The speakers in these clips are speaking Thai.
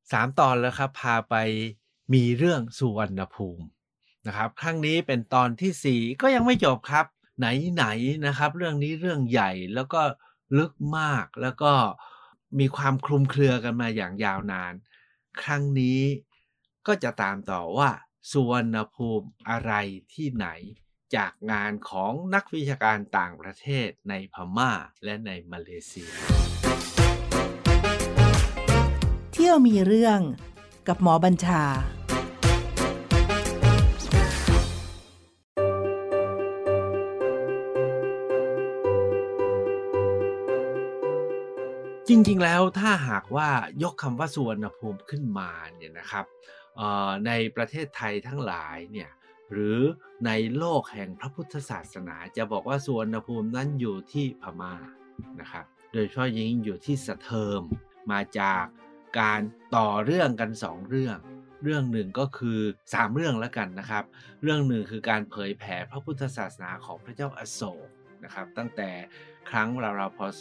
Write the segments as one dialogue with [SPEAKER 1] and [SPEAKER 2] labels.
[SPEAKER 1] 3 ตอนแล้วครับพาไปมีเรื่องสุวรรณภูมินะครับครั้งนี้เป็นตอนที่4ก็ยังไม่จบครับไหนๆนะครับเรื่องนี้เรื่องใหญ่แล้วก็ลึกมากแล้วก็มีความคลุมเครือกันมาอย่างยาวนานครั้งนี้ก็จะตามต่อว่าสุวรรณภูมิอะไรที่ไหนจากงานของนักวิชาการต่างประเทศในพม่าและในมาเลเซีย
[SPEAKER 2] เที่ยวมีเรื่องกับหมอบัญชา
[SPEAKER 1] จริงๆแล้วถ้าหากว่ายกคำว่าสุวรรณภูมิขึ้นมาเนี่ยนะครับในประเทศไทยทั้งหลายเนี่ยหรือในโลกแห่งพระพุทธศาสนาจะบอกว่าสุวรรณภูมินั้นอยู่ที่พม่านะครับโดยเฉพาะยิ่งอยู่ที่สะเทิมมาจากการต่อเรื่องกัน2เรื่องหนึ่งก็คือ3เรื่องแล้วกันนะครับเรื่องหนึ่งคือการเผยแผ่พระพุทธศาสนาของพระเจ้าอโศกนะครับตั้งแต่ครั้งราวๆพศ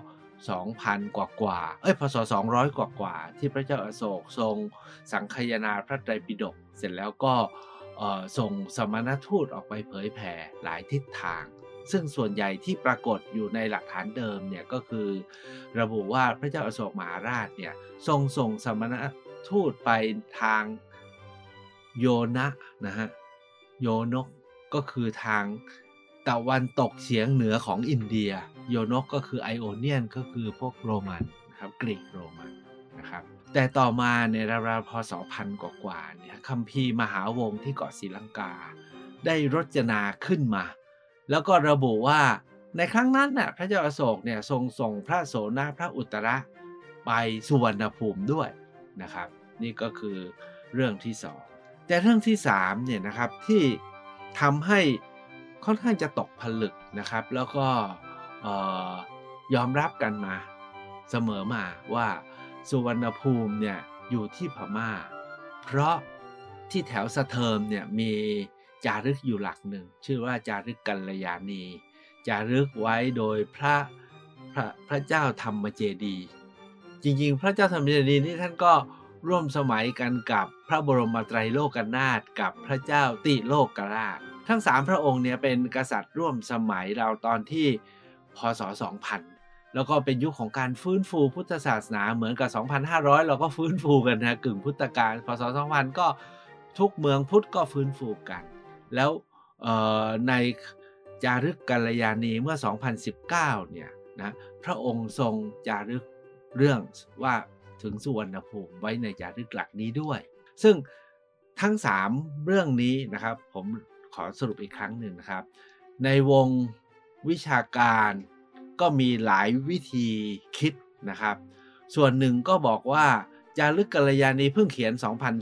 [SPEAKER 1] 2,000 กว่าพศ200 กว่าที่พระเจ้าอโศกทรงสังคายนาพระไตรปิฎกเสร็จแล้วก็ส่งสมณทูตออกไปเผยแผ่หลายทิศทางซึ่งส่วนใหญ่ที่ปรากฏอยู่ในหลักฐานเดิมเนี่ยก็คือระบุว่าพระเจ้าอโศกมหาราชเนี่ยทรงส่งสมณทูตไปทางโยนะนะฮะโยนกก็คือทางตะวันตกเฉียงเหนือของอินเดียโยนกก็คือไอโอเนียนก็คือพวกโรมันนะครับกรีกโรมันนะครับแต่ต่อมาในราวๆพศพันกว่าเนี่ยคัมภีร์มหาวงศ์ที่เกาะศรีลังกาได้รจนาขึ้นมาแล้วก็ระบุว่าในครั้งนั้นน่ะพระเจ้าอโศกเนี่ยทรงส่งพระโสนพระอุตระไปสุวรรณภูมิด้วยนะครับนี่ก็คือเรื่องที่2แต่เรื่องที่3เนี่ยนะครับที่ทำให้ค่อนข้างจะตกผลึกนะครับแล้วก็ยอมรับกันมาเสมอมาว่าสุวรรณภูมิเนี่ยอยู่ที่พม่าเพราะที่แถวสะเทิมเนี่ยมีจารึกอยู่หลักหนึ่งชื่อว่าจารึกกัลยาณีจารึกไว้โดยพระเจ้าธรรมเจดีย์จริงๆพระเจ้าธรรมเจดีย์นี่ท่านก็ร่วมสมัยกันกับพระบรมไตรโลกนาถกับพระเจ้าติโลกราชทั้ง3พระองค์เนี่ยเป็นกษัตริย์ร่วมสมัยเราตอนที่พศ2000แล้วก็เป็นยุคของการฟื้นฟูพุทธศาสนาเหมือนกับ 2,500 เราก็ฟื้นฟูกันนะกึ่งพุทธกาลพศ2000ก็ทุกเมืองพุทธก็ฟื้นฟูกันแล้วในจารึกกัลยาณีเมื่อ2019เนี่ยนะพระองค์ทรงจารึกเรื่องว่าถึงสุวรรณภูมิไว้ในจารึกหลักนี้ด้วยซึ่งทั้ง3เรื่องนี้นะครับผมขอสรุปอีกครั้งหนึ่งนะครับในวงวิชาการก็มีหลายวิธีคิดนะครับส่วนหนึ่งก็บอกว่าจารึกกัลยาณีเพิ่งเขียน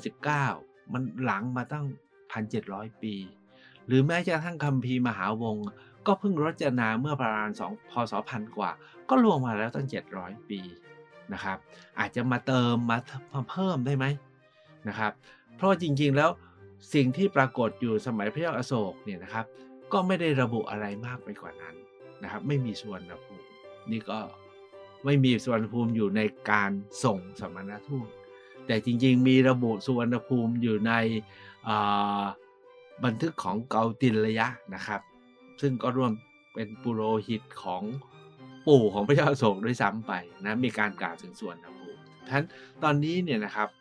[SPEAKER 1] 2019มันหลังมาตั้ง 1,700 ปีหรือแม้กระทั่งคัมภีร์มหาวงศ์ก็เพิ่งรจนาเมื่อประมาณพศ1000กว่าก็รวมมาแล้วตั้ง700ปีนะครับอาจจะมาเติมมาเพิ่มได้ไหมนะครับเพราะจริงๆแล้วสิ่งที่ปรากฏอยู่สมัยพระเจ้าอโศกเนี่ยนะครับก็ไม่ได้ระบุอะไรมากไปกว่านั้นนะครับไม่มีสุวรรณภูมินี่ก็ไม่มีสุวรรณภูมิอยู่ในการส่งสมณทูตแต่จริงๆมีระบุสุวรรณภูมิอยู่ในบันทึกของเกาติลยะนะครับซึ่งก็ร่วมเป็นปุโรหิตของปู่ของพระเจ้าอโศกด้วยซ้ำไปนะมีการกล่าวถึงสุวรรณภูมิฉะนั้นตอนนี้เนี่ยนะครับ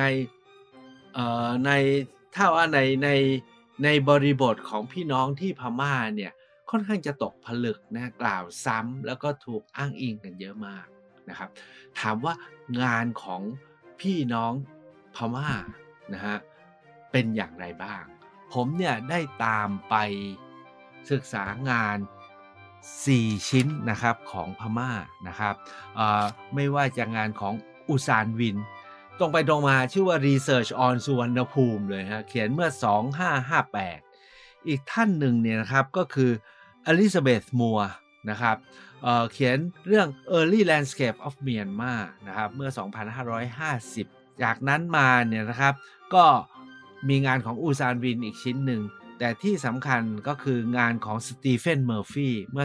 [SPEAKER 1] ในถ้าว่าในบริบทของพี่น้องที่พม่าเนี่ยค่อนข้างจะตกผลึกนะกล่าวซ้ำแล้วก็ถูกอ้างอิงกันเยอะมากนะครับถามว่างานของพี่น้องพม่านะฮะเป็นอย่างไรบ้างผมเนี่ยได้ตามไปศึกษางาน4ชิ้นนะครับของพม่านะครับไม่ว่าจะงานของอุซานวินตรงไปตรงมาชื่อว่า Research on สุวรรณภูมิเลยฮะเขียนเมื่อ2558อีกท่านหนึ่งเนี่ยนะครับก็คืออลิซาเบธมัวนะครับเขียนเรื่อง Early Landscape of Myanmar นะครับเมื่อ2550จากนั้นมาเนี่ยนะครับก็มีงานของอูซานวินอีกชิ้นหนึ่งแต่ที่สำคัญก็คืองานของสตีเฟนเมอร์ฟี่เมื่อ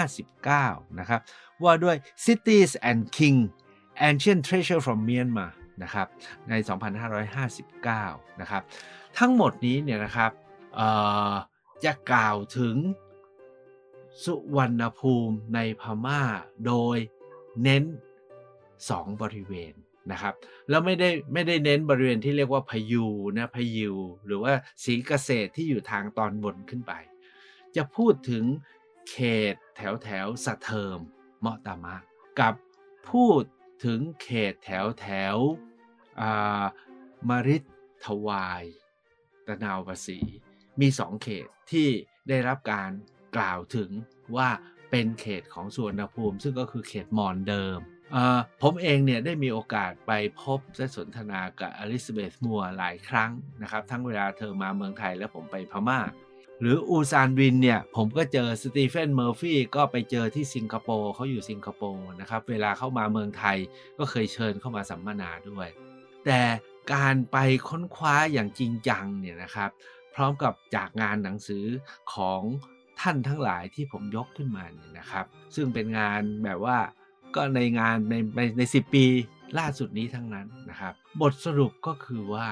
[SPEAKER 1] 2559นะครับว่าด้วย Cities and King Ancient Treasure from Myanmar นะครับใน 2559 นะครับทั้งหมดนี้เนี่ยนะครับจะกล่าวถึงสุวรรณภูมิในพม่าโดยเน้น2บริเวณนะครับแล้วไม่ได้เน้นบริเวณที่เรียกว่าพยูนะพยูหรือว่าศรีเกษตรที่อยู่ทางตอนบนขึ้นไปจะพูดถึงเขตแถวสะเทิมเมาะตามะกับพูดถึงเขตแถวมฤทวายตะนาวประสีมี2เขตที่ได้รับการกล่าวถึงว่าเป็นเขตของสุวรรณภูมิซึ่งก็คือเขตมอญเดิมผมเองเนี่ยได้มีโอกาสไปพบและสนทนากับอลิซาเบธมัวหลายครั้งนะครับทั้งเวลาเธอมาเมืองไทยและผมไปพม่าหรืออูซานวินเนี่ยผมก็เจอสตีเฟนเมอร์ฟี่ก็ไปเจอที่สิงคโปร์เขาอยู่สิงคโปร์นะครับเวลาเข้ามาเมืองไทยก็เคยเชิญเข้ามาสัมมนาด้วยแต่การไปค้นคว้าอย่างจริงจังเนี่ยนะครับพร้อมกับจากงานหนังสือของท่านทั้งหลายที่ผมยกขึ้นมาเนี่ยนะครับซึ่งเป็นงานแบบว่าก็ในงานใน10 ปีล่าสุดนี้ทั้งนั้นนะครับบทสรุปก็คือว่า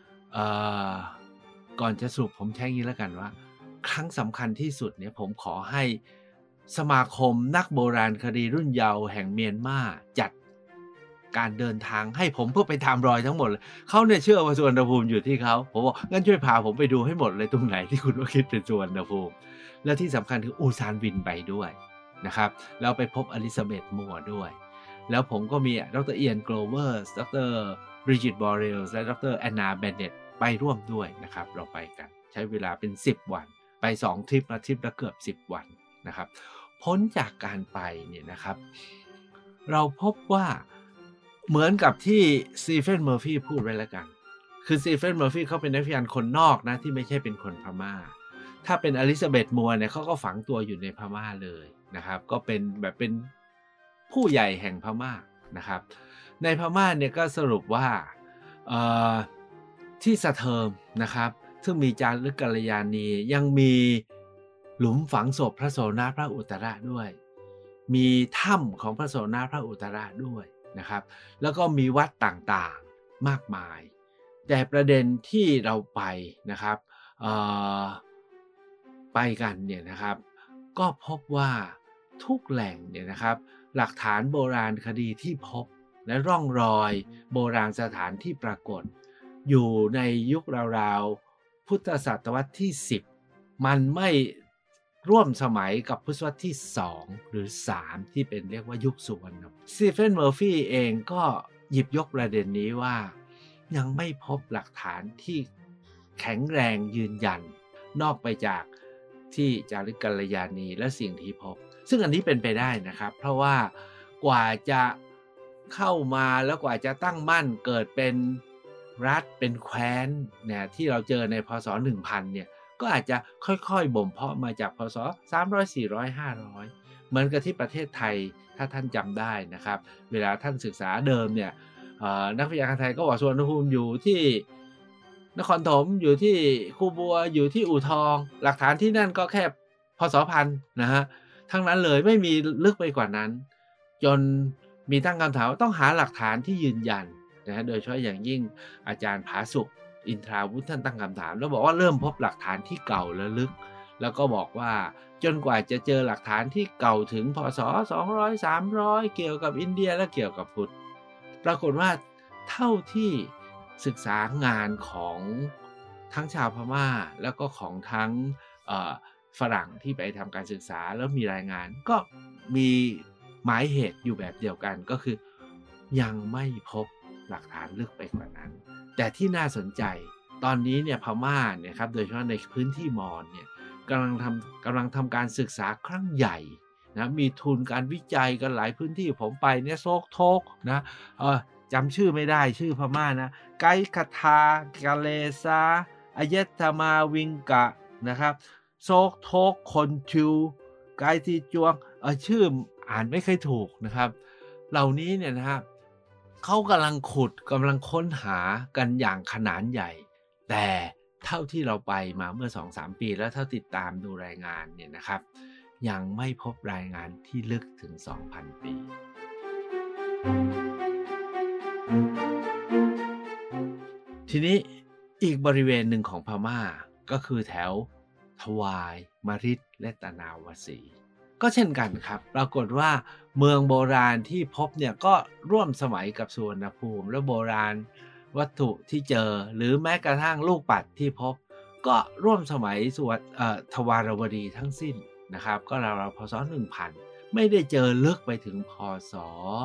[SPEAKER 1] ก่อนจะสรุปผมใช้งี้แล้วกันว่าครั้งสำคัญที่สุดเนี่ยผมขอให้สมาคมนักโบราณคดีรุ่นเยาว์แห่งเมียนมาจัดการเดินทางให้ผมเพื่อไปตามรอยทั้งหมดเลยเขาเนี่ยเชื่อว่าสุวรรณภูมิอยู่ที่เขาผมบอกงั้นช่วยพาผมไปดูให้หมดเลยตรงไหนที่คุณว่าคิดเป็นสุวรรณภูมิและที่สำคัญคืออูซานวินไปด้วยนะครับแล้วไปพบอลิซาเบธมัวด้วยแล้วผมก็มีดรเอียนโกลเวอร์ดรบริจิตบอเรลและดรแอนนาเบนเน็ตไปร่วมด้วยนะครับเราไปกันใช้เวลาเป็น10 วันไป2ทริปละเกือบ10 วันนะครับพ้นจากการไปเนี่ยนะครับเราพบว่าเหมือนกับที่สตีเฟนเมอร์ฟี่พูดไว้แล้วกันคือสตีเฟนเมอร์ฟี่เขาเป็นนักวิทยาคนนอกนะที่ไม่ใช่เป็นคนพม่าถ้าเป็นอลิซาเบธมัวเนี่ยเขาก็ฝังตัวอยู่ในพม่าเลยนะครับก็เป็นแบบเป็นผู้ใหญ่แห่งพม่านะครับในพม่าเนี่ยก็สรุปว่าที่สะเทิมนะครับซึ่งมีจารึกกัลยาณียังมีหลุมฝังศพพระโสนพระอุตระด้วยมีถ้ำของพระโสนพระอุตระด้วยนะครับแล้วก็มีวัดต่างๆมากมายแต่ประเด็นที่เราไปนะครับไปกันเนี่ยนะครับก็พบว่าทุกแหล่งเนี่ยนะครับหลักฐานโบราณคดีที่พบและร่องรอยโบราณสถานที่ปรากฏอยู่ในยุคราวๆพุทธศตวรรษที่10มันไม่ร่วมสมัยกับพุทธศตวรรษที่2หรือ3ที่เป็นเรียกว่ายุคสุวรรณสตีเฟนเมอร์ฟี่เองก็หยิบยกประเด็นนี้ว่ายังไม่พบหลักฐานที่แข็งแรงยืนยันนอกไปจากที่จารึกกัลยาณีและสิ่งที่พบซึ่งอันนี้เป็นไปได้นะครับเพราะว่ากว่าจะเข้ามาแล้วกว่าจะตั้งมั่นเกิดเป็นรัฐเป็นแคว้นเนี่ยที่เราเจอในพศ1000เนี่ยก็อาจจะค่อยๆบ่มเพาะมาจากพศ300 400 500เหมือนกับที่ประเทศไทยถ้าท่านจำได้นะครับเวลาท่านศึกษาเดิมเนี่ยนักวิทยาการไทยก็บอกสุวรรณภูมิอยู่ที่นครถมอยู่ที่คูบัวอยู่ที่อู่ทองหลักฐานที่นั่นก็แค่พศ1000นะฮะทั้งนั้นเลยไม่มีลึกไปกว่านั้นจนมีตั้งคำถามว่าต้องหาหลักฐานที่ยืนยันนะฮะโดยเฉพาะอย่างยิ่งอาจารย์ผาสุกอินทราวุฒิท่านตั้งคำถามแล้วบอกว่าเริ่มพบหลักฐานที่เก่าและลึกแล้วก็บอกว่าจนกว่าจะเจอหลักฐานที่เก่าถึงพศ200 300เกี่ยวกับอินเดียและเกี่ยวกับพุทธปรากฏว่าเท่าที่ศึกษางานของทั้งชาวพม่าแล้วก็ของทั้งฝรั่งที่ไปทำการศึกษาแล้วมีรายงานก็มีหมายเหตุอยู่แบบเดียวกันก็คือยังไม่พบหลักฐานลึกไปกว่านั้นแต่ที่น่าสนใจตอนนี้เนี่ยพม่าเนี่ยครับโดยเฉพาะในพื้นที่มอญเนี่ยกำลังทำการศึกษาครั้งใหญ่นะมีทุนการวิจัยกันหลายพื้นที่ผมไปเนี่ยโซกโทกนะจำชื่อไม่ได้ชื่อพม่านะไกคทากาเลซาอเยตมาวิงกะนะครับโซกโทกคนชิวไกทีจวงชื่ออ่านไม่เคยถูกนะครับเหล่านี้เนี่ยนะครับเขากำลังขุดกำลังค้นหากันอย่างขนาดใหญ่แต่เท่าที่เราไปมาเมื่อ 2-3 ปีแล้วเท่าติดตามดูรายงานเนี่ยนะครับยังไม่พบรายงานที่ลึกถึง 2,000 ปีทีนี้อีกบริเวณหนึ่งของพม่าก็คือแถวทวายมฤตและตะนาวสีก็เช่นกันครับปรากฏว่าเมืองโบราณที่พบเนี่ยก็ร่วมสมัยกับสุวรรณภูมิและโบราณวัตถุที่เจอหรือแม้กระทั่งลูกปัดที่พบก็ร่วมสมัยทวารวดีทั้งสิ้นนะครับก็ราวๆพศ1000ไม่ได้เจอลึกไปถึงพศ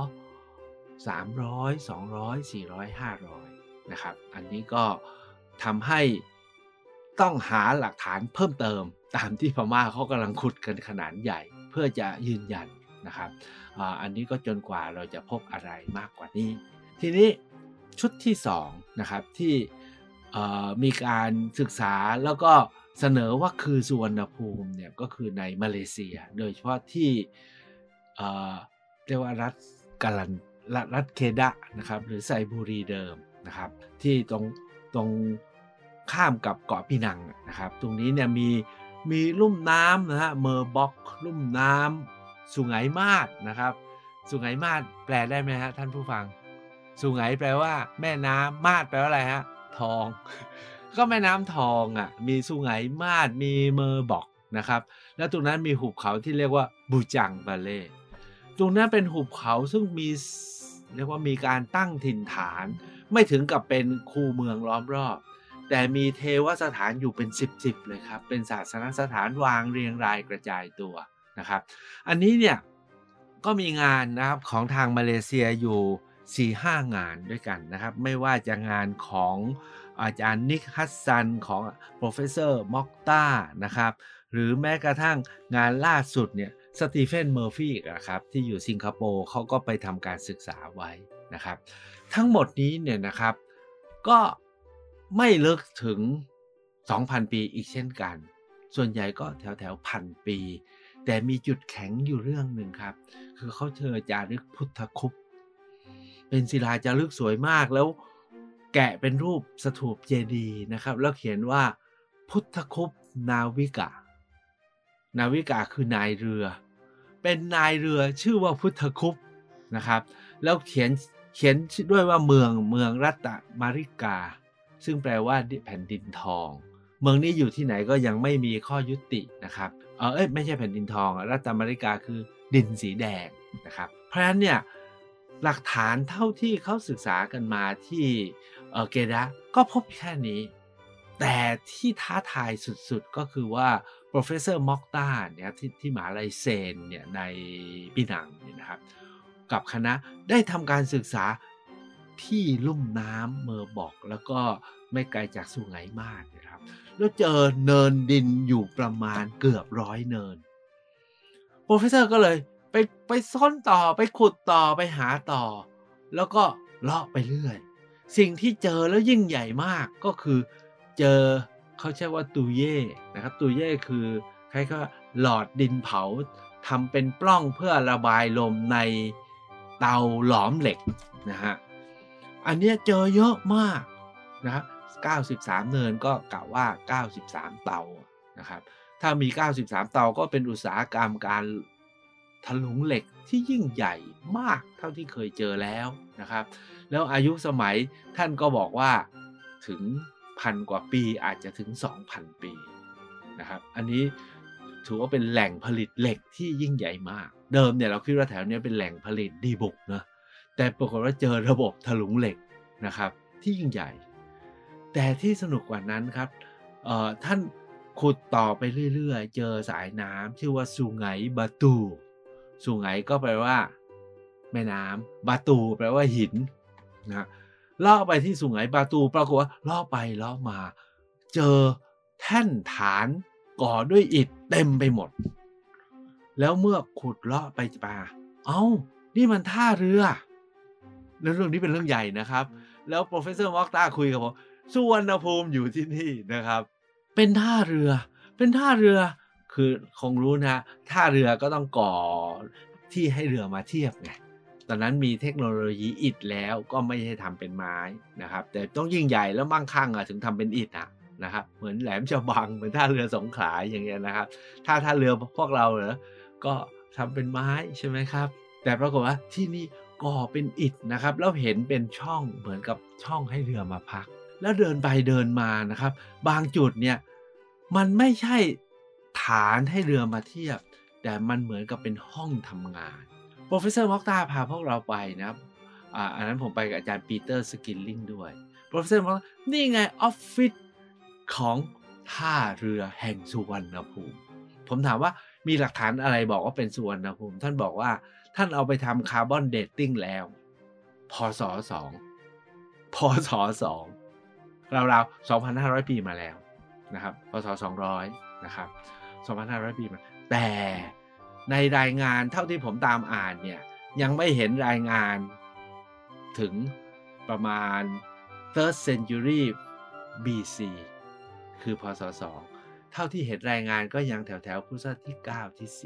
[SPEAKER 1] 300 200 400 500นะครับอันนี้ก็ทำให้ต้องหาหลักฐานเพิ่มเติมตามที่พม่าเขากำลังขุดกันขนาดใหญ่เพื่อจะยืนยันนะครับอันนี้ก็จนกว่าเราจะพบอะไรมากกว่านี้ทีนี้ชุดที่2นะครับที่มีการศึกษาแล้วก็เสนอว่าคือสุวรรณภูมิเนี่ยก็คือในมาเลเซียโดยเฉพาะที่เรียกว่ารัฐเคดะนะครับหรือไซบูรีเดิมนะครับที่ตรงข้ามกับเกาะปีนังนะครับตรงนี้เนี่ยมีลุ่มน้ำนะฮะเมอร์บ็อกลุ่มน้ำสุไหงมาศนะครับสุไหงมาศแปลได้ไหมฮะท่านผู้ฟังสุไหงแปลว่าแม่น้ำมาศแปลว่าอะไรฮะทอง ก็แม่น้ำทองมีสุไหงมาศมีเมอร์บ็อกนะครับแล้วตรงนั้นมีหุบเขาที่เรียกว่าบูจังบาเล่ตรงนั้นเป็นหุบเขาซึ่งเรียกว่ามีการตั้งถิ่นฐานไม่ถึงกับเป็นคูเมืองล้อมรอบแต่มีเทวสถานอยู่เป็น10เลยครับเป็นศาสนสถานวางเรียงรายกระจายตัวนะครับอันนี้เนี่ยก็มีงานนะครับของทางมาเลเซียอยู่ 4-5 งานด้วยกันนะครับไม่ว่าจะงานของอาจารย์นิกฮัสซันของโปรเฟสเซอร์ม็อกต้านะครับหรือแม้กระทั่งงานล่าสุดเนี่ยสตีเฟนเมอร์ฟี่นะครับที่อยู่สิงคโปร์เขาก็ไปทำการศึกษาไว้นะครับทั้งหมดนี้เนี่ยนะครับก็ไม่ลึกถึง 2,000 ปีอีกเช่นกันส่วนใหญ่ก็แถวพันปีแต่มีจุดแข็งอยู่เรื่องหนึ่งครับคือเขาเจอจารึกพุทธคุปเป็นศิลาจารึกสวยมากแล้วแกะเป็นรูปสถูปเจดีย์นะครับแล้วเขียนว่าพุทธคุปนาวิกาคือนายเรือเป็นนายเรือชื่อว่าพุทธคุปนะครับแล้วเขียนด้วยว่าเมืองรัตมาริกาซึ่งแปลว่าแผ่นดินทองเมืองนี้อยู่ที่ไหนก็ยังไม่มีข้อยุตินะครับไม่ใช่แผ่นดินทองรัตมาริกาคือดินสีแดงนะครับเพราะฉะนั้นเนี่ยหลักฐานเท่าที่เขาศึกษากันมาที่เกดะก็พบแค่นี้แต่ที่ท้าทายสุดๆก็คือว่าโปรเฟสเซอร์ม็อกต้าเนี่ยที่มหาลัยเซนเนี่ยในปีนังเนี่ยนะครับกับคณะได้ทำการศึกษาที่ลุ่มน้ำเมอร์บอกแล้วก็ไม่ไกลจากสุไหงมาศนะครับแล้วเจอเนินดินอยู่ประมาณเกือบ100 เนินโปรเฟสเซอร์ก็เลยไปซ่อนต่อไปขุดต่อไปหาต่อแล้วก็เลาะไปเรื่อยสิ่งที่เจอแล้วยิ่งใหญ่มากก็คือเจอเขาใช้ว่าตูเย่นะครับตูเย่คือคล้ายๆหลอดดินเผาทำเป็นปล้องเพื่อระบายลมในเตาหลอมเหล็กนะฮะอันนี้เจอเยอะมากนะครับ93 เนินก็กล่าวว่า93 เตานะครับถ้ามี93 เตาก็เป็นอุตสาหกรรมการถลุงเหล็กที่ยิ่งใหญ่มากเท่าที่เคยเจอแล้วนะครับแล้วอายุสมัยท่านก็บอกว่าถึง1,000 กว่าปีอาจจะถึง 2,000 ปีนะครับอันนี้ถือว่าเป็นแหล่งผลิตเหล็กที่ยิ่งใหญ่มากเดิมเนี่ยเราคิดว่าแถวนี้เป็นแหล่งผลิตดีบุกนะแต่ปรากฏว่าเจอระบบถลุงเหล็กนะครับที่ยิ่งใหญ่แต่ที่สนุกกว่านั้นครับท่านขุดต่อไปเรื่อยๆเจอสายน้ำชื่อว่าสุไหงบาตูสุไหงก็แปลว่าแม่น้ำบาตูแปลว่าหินนะล่อไปที่สุไหงบาตูปรากฏว่าล่อไปล่อมาเจอแท่นฐานก่อด้วยอิฐเต็มไปหมดแล้วเมื่อขุดเลาะไปนี่มันท่าเรือแล้วเรื่องนี้เป็นเรื่องใหญ่นะครับแล้วโปรเฟสเซอร์ม็อกต้าคุยกับผมสุวรรณภูมิอยู่ที่นี่นะครับเป็นท่าเรือคือคงรู้นะท่าเรือก็ต้องก่อที่ให้เรือมาเทียบไงตอนนั้นมีเทคโนโลยีอิฐแล้วก็ไม่ใช่ทำเป็นไม้นะครับแต่ต้องยิ่งใหญ่แล้วมั่งคั่งถึงทำเป็นอิฐนะครับเหมือนแหลมฉบังเหมือนท่าเรือสงขลาอย่างเงี้ยนะครับท่าเรือพวกเราก็ทำเป็นไม้ใช่ไหมครับแต่ปรากฏว่าที่นี่ก่อเป็นอิฐนะครับแล้วเห็นเป็นช่องเหมือนกับช่องให้เรือมาพักแล้วเดินไปเดินมานะครับบางจุดเนี่ยมันไม่ใช่ฐานให้เรือมาเทียบแต่มันเหมือนกับเป็นห้องทำงานโปรเฟสเซอร์ม็อกตาพาพวกเราไปนะครับอันนั้นผมไปกับอาจารย์ปีเตอร์สกิลลิงด้วยโปรเฟสเซอร์บอกนี่ไงออฟฟิศของท่าเรือแห่งสุวรรณภูมิผมถามว่ามีหลักฐานอะไรบอกว่าเป็นสุวรรณภูมิท่านบอกว่าท่านเอาไปทำคาร์บอนเดตติ้งแล้วพศ2พศ2ราวๆ 2,500 ปีมาแล้วนะครับพศ200นะครับ2,500 ปีมาแต่ในรายงานเท่าที่ผมตามอ่านเนี่ยยังไม่เห็นรายงานถึงประมาณ 3rd century BC คือพศ2เท่าที่เห็นรายงานก็ยังแถวๆพุทธศตวรรษที่9ที่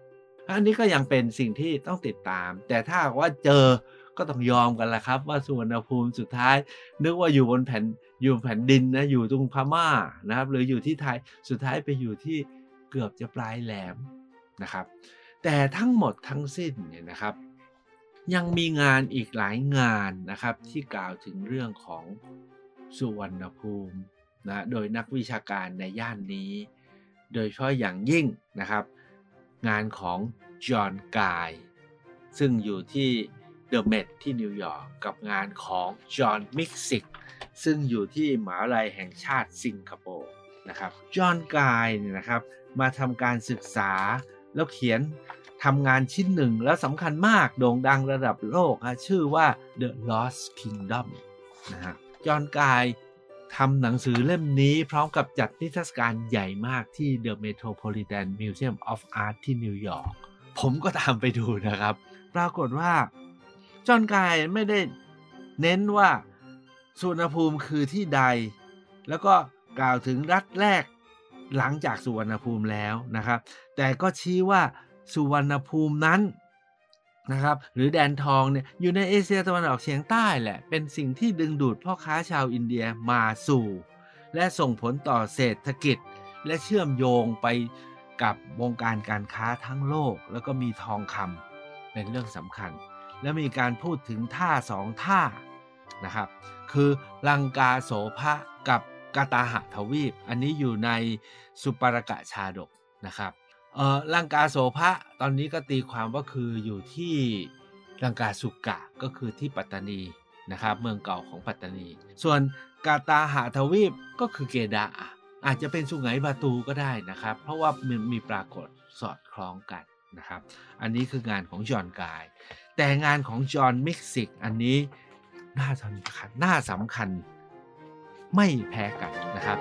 [SPEAKER 1] 10อันนี้ก็ยังเป็นสิ่งที่ต้องติดตามแต่ถ้าว่าเจอก็ต้องยอมกันละครับว่าสุวรรณภูมิสุดท้ายนึกว่าอยู่บนแผ่นดินนะอยู่ตรงพม่านะครับหรืออยู่ที่ไทยสุดท้ายไปอยู่ที่เกือบจะปลายแหลมนะครับแต่ทั้งหมดทั้งสิ้นเนี่ยนะครับยังมีงานอีกหลายงานนะครับที่กล่าวถึงเรื่องของสุวรรณภูมินะโดยนักวิชาการในย่านนี้โดยเฉพาะอย่างยิ่งนะครับงานของจอห์นกายซึ่งอยู่ที่เดอะเมทที่นิวยอร์กกับงานของจอห์นมิกซิกซึ่งอยู่ที่มหาวิทยาลัยแห่งชาติสิงคโปร์นะครับจอห์นกายเนี่ยนะครับมาทำการศึกษาแล้วเขียนทำงานชิ้นหนึ่งแล้วสำคัญมากโด่งดังระดับโลกชื่อว่า The Lost Kingdom นะฮะจอห์นกายทำหนังสือเล่มนี้พร้อมกับจัดนิทรรศการใหญ่มากที่ The Metropolitan Museum of Art ที่นิวยอร์กผมก็ตามไปดูนะครับปรากฏว่าจอห์นกายไม่ได้เน้นว่าสุวรรณภูมิคือที่ใดแล้วก็กล่าวถึงรัฐแรกหลังจากสุวรรณภูมิแล้วนะครับแต่ก็ชี้ว่าสุวรรณภูมินั้นนะครับหรือแดนทองเนี่ยอยู่ในเอเชียตะวันออกเฉียงใต้แหละเป็นสิ่งที่ดึงดูดพ่อค้าชาวอินเดียมาสู่และส่งผลต่อเศรษฐกิจและเชื่อมโยงไปกับวงการการค้าทั้งโลกแล้วก็มีทองคำเป็นเรื่องสำคัญและมีการพูดถึงท่า2ท่านะครับคือลังกาโสภะกับกาตาหะทวีปอันนี้อยู่ในสุปรกชาดกนะครับลังกาโสภะตอนนี้ก็ตีความว่าคืออยู่ที่ลังกาสุกะก็คือที่ปัตตานีนะครับเมืองเก่าของปัตตานีส่วนกาตาหะทวีปก็คือเกดาอาจจะเป็นสุไหงบาตูก็ได้นะครับเพราะว่ามันมีปรากฏสอดคล้องกันนะครับอันนี้คืองานของจอห์นกายแต่งานของจอห์นมิกซิกอันนี้น่าสำคัญไม่แพ้กันนะครับ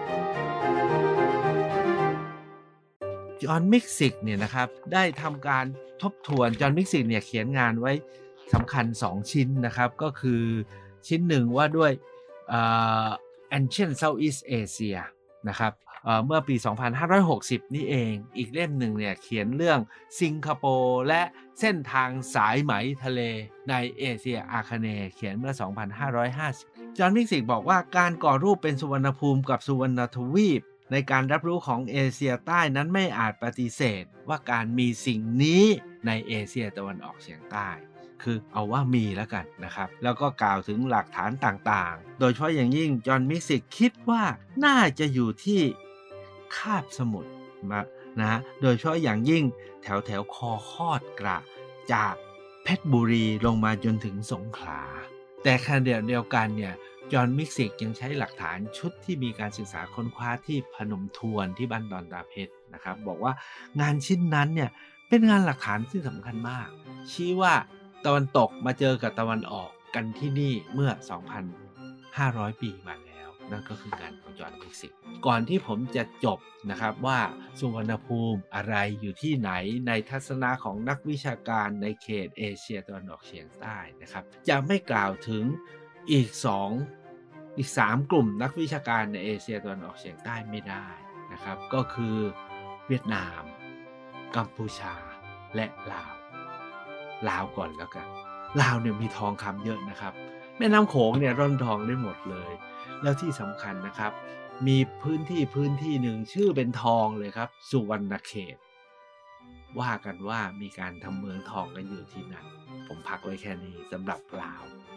[SPEAKER 1] จอห์นมิกซิกเนี่ยนะครับได้ทำการทบทวนจอห์นมิกซิกเนี่ยเขียนงานไว้สำคัญ2ชิ้นนะครับก็คือชิ้นหนึ่งว่าด้วยAncient Southeast Asia นะครับเมื่อปี 2560 นี่เองอีกเล่มหนึ่งเนี่ยเขียนเรื่องสิงคโปร์และเส้นทางสายไหมทะเลในเอเชียอาคเนย์เขียนเมื่อ 2550 จอห์นมิกซิกบอกว่าการก่อรูปเป็นสุวรรณภูมิกับสุวรรณทวีปในการรับรู้ของเอเชียใต้นั้นไม่อาจปฏิเสธว่าการมีสิ่งนี้ในเอเชียตะวันออกเฉียงใต้คือเอาว่ามีแล้วกันนะครับแล้วก็กล่าวถึงหลักฐานต่างๆโดยเฉพาะอย่างยิ่งจอห์นมิกซิกคิดว่าน่าจะอยู่ที่คาบสมุทรนะโดยเฉพาะอย่างยิ่งแถวคอคอดกระจากเพชรบุรีลงมาจนถึงสงขลาแต่ขณะเดียวกันเนี่ยจอห์นมิกซิกยังใช้หลักฐานชุดที่มีการศึกษาค้นคว้าที่พนมทวนที่บ้านดอนตาเพชรนะครับบอกว่างานชิ้นนั้นเนี่ยเป็นงานหลักฐานที่สำคัญมากชี้ว่าตะวันตกมาเจอกับตะวันออกกันที่นี่เมื่อ 2,500 ปีมาแล้วนั่นก็คืองานของจอห์นมิกซิกก่อนที่ผมจะจบนะครับว่าสุวรรณภูมิอะไรอยู่ที่ไหนในทัศนะของนักวิชาการในเขตเอเชียตะวันออกเฉียงใต้นะครับจะไม่กล่าวถึงอีก3 กลุ่มนักวิชาการในเอเชียตะวันออกเฉียงใต้ไม่ได้นะครับก็คือเวียดนามกัมพูชาและลาวก่อนแล้วกันลาวเนี่ยมีทองคำเยอะนะครับแม่น้ำโขงเนี่ยร่อนทองได้หมดเลยแล้วที่สำคัญนะครับมีพื้นที่หนึ่งชื่อเป็นทองเลยครับสุวรรณเขตว่ากันว่ามีการทำเมืองทองกันอยู่ที่นั่นผมพักไว้แค่นี้สำหรับลาว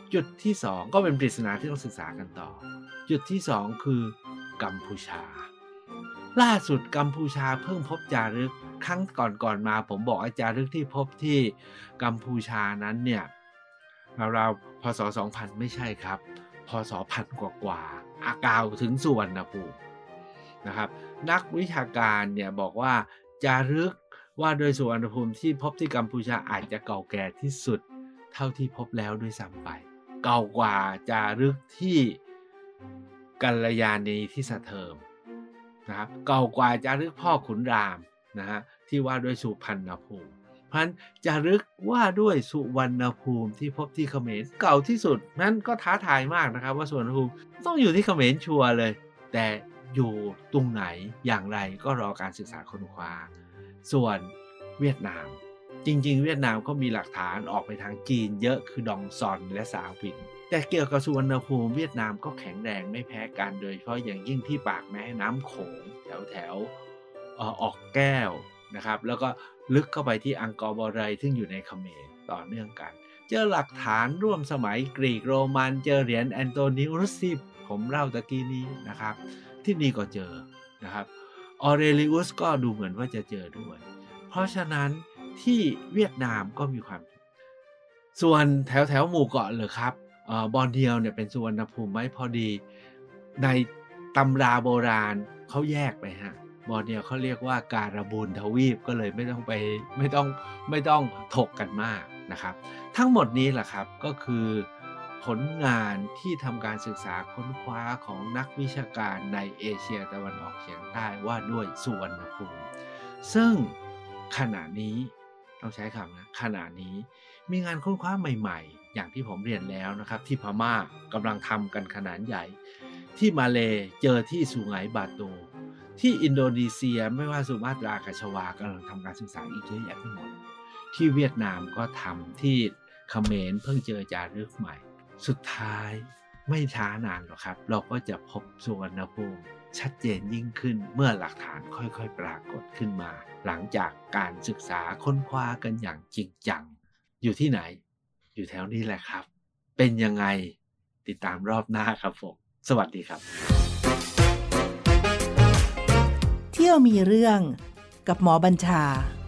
[SPEAKER 1] จุดที่2ก็เป็นปริศนาที่ต้องศึกษากันต่อจุดที่2คือกัมพูชาล่าสุดกัมพูชาเพิ่งพบจารึกครั้งก่อนมาผมบอกจารึกที่พบที่กัมพูชานั้นเนี่ยราวๆพศ2000ไม่ใช่ครับพศ1000กว่าๆกล่าวถึงสุวรรณภูมินะครับนักวิชาการเนี่ยบอกว่าจารึกว่าโดยสุวรรณภูมิที่พบที่กัมพูชาอาจจะเก่าแก่ที่สุดเท่าที่พบแล้วด้วยซ้ำไปเก่ากว่าจารึกที่กัลยาณีที่สะเทิมนะครับเก่ากว่าจารึกพ่อขุนรามนะฮะที่ว่าด้วยสุพรรณภูมิเพราะฉะนั้นจารึกว่าด้วยสุวรรณภูมิที่พบที่เขมรเก่าที่สุดนั้นก็ท้าทายมากนะครับว่าสุวรรณภูมิต้องอยู่ที่เขมรชัวร์เลยแต่อยู่ตรงไหนอย่างไรก็รอการศึกษาค้นคว้าส่วนเวียดนามจริงๆเวียดนามก็มีหลักฐานออกไปทางจีนเยอะคือดองซอนและสาวินแต่เกี่ยวกับสุวรรณภูมิเวียดนามก็แข็งแรงไม่แพ้กันโดยเฉพาะอย่างยิ่งที่ปากแม่น้ำโขงแถวออกแก้วนะครับแล้วก็ลึกเข้าไปที่อังกอร์บอไรซึ่งอยู่ในเขมรต่อเนื่องกันเจอหลักฐานร่วมสมัยกรีกโรมันเจอเหรียญแอนโตนิอุสที่ผมเล่าตะกี้นี้นะครับที่นี่ก็เจอนะครับออเรลิอุสก็ดูเหมือนว่าจะเจอด้วยเพราะฉะนั้นที่เวียดนามก็มีความส่วนแถวหมู่เกาะเลยครับบอร์เนียวเนี่ยเป็นสุวรรณภูมิไหมพอดีในตำราโบราณเขาแยกไปฮะบอร์เนียวเขาเรียกว่าการบูนทวีปก็เลยไม่ต้องถกกันมากนะครับทั้งหมดนี้แหละครับก็คือผลงานที่ทำการศึกษาค้นคว้าของนักวิชาการในเอเชียตะวันออกเฉียงใต้ว่าด้วยสุวรรณภูมิซึ่งขณะนี้ต้องใช้คำนะขณะนี้มีงานค้นคว้าใหม่ๆอย่างที่ผมเรียนแล้วนะครับที่พม่ากำลังทำกันขนาดใหญ่ที่มาเลเจอที่สุไหงบาโตที่อินโดนีเซียไม่ว่าสุมาตรากับชวากำลังทำการศึกษาอีกเยอะแยะไปหมดที่เวียดนามก็ทำที่เขมรเพิ่งเจอจารึกใหม่สุดท้ายไม่ช้านานหรอกครับเราก็จะพบสุวรรณภูมิชัดเจนยิ่งขึ้นเมื่อหลักฐานค่อยๆปรากฏขึ้นมาหลังจากการศึกษาค้นคว้ากันอย่างจริงจังอยู่ที่ไหนอยู่แถวนี้แหละครับเป็นยังไงติดตามรอบหน้าครับผมสวัสดีครับ
[SPEAKER 2] เที่ยวมีเรื่องกับหมอบัญชา